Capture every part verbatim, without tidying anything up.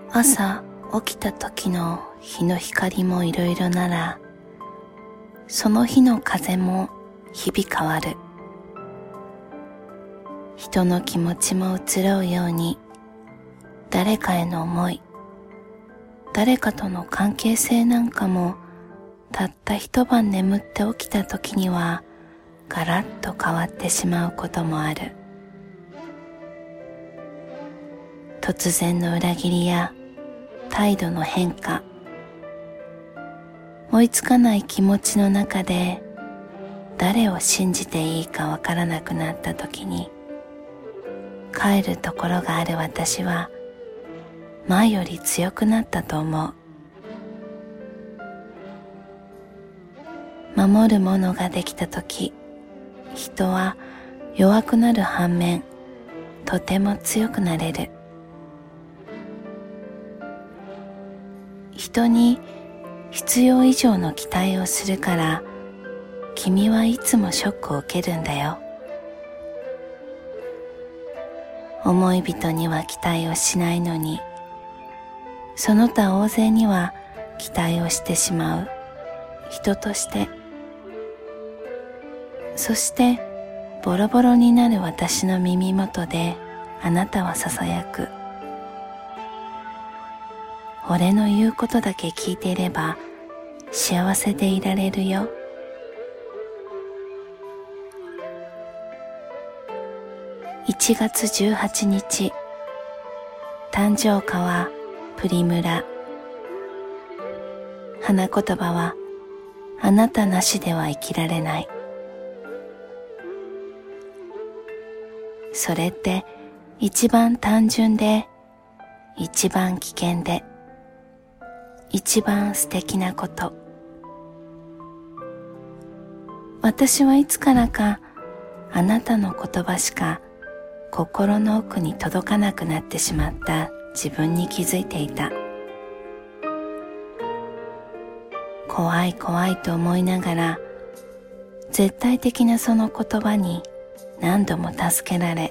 朝起きた時の日の光もいろいろなら、その日の風も日々変わる。人の気持ちも移ろうように、誰かへの思い、誰かとの関係性なんかも、たった一晩眠って起きた時にはガラッと変わってしまうこともある。突然の裏切りや態度の変化、追いつかない気持ちの中で誰を信じていいかわからなくなった時に、帰るところがある私は前より強くなったと思う。守るものができたとき、人は弱くなる反面、とても強くなれる。人に必要以上の期待をするから、君はいつもショックを受けるんだよ。思い人には期待をしないのに、その他大勢には期待をしてしまう人として、そしてボロボロになる私の耳元であなたはささやく。俺の言うことだけ聞いていれば幸せでいられるよ。いちがつじゅうはちにち、誕生花はプリムラ。花言葉はあなたなしでは生きられない。それって一番単純で、一番危険で、一番素敵なこと。私はいつからかあなたの言葉しか心の奥に届かなくなってしまった自分に気づいていた。怖い怖いと思いながら、絶対的なその言葉に何度も助けられ、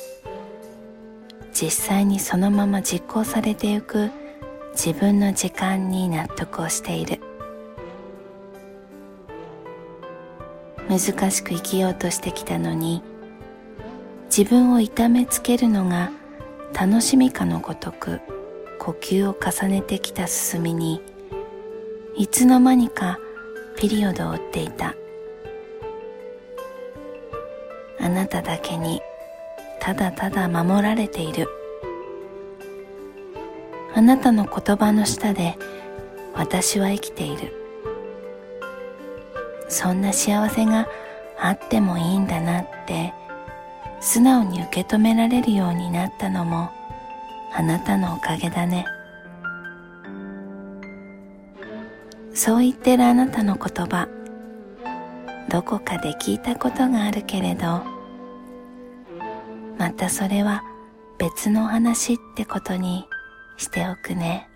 実際にそのまま実行されてゆく自分の時間に納得をしている。難しく生きようとしてきたのに、自分を痛めつけるのが楽しみかのごとく呼吸を重ねてきた進みに、いつの間にかピリオドを打っていた。あなただけにただただ守られている。あなたの言葉の下で私は生きている。そんな幸せがあってもいいんだなって素直に受け止められるようになったのもあなたのおかげだね。そう言ってるあなたの言葉、どこかで聞いたことがあるけれど、またそれは別の話ってことにしておくね。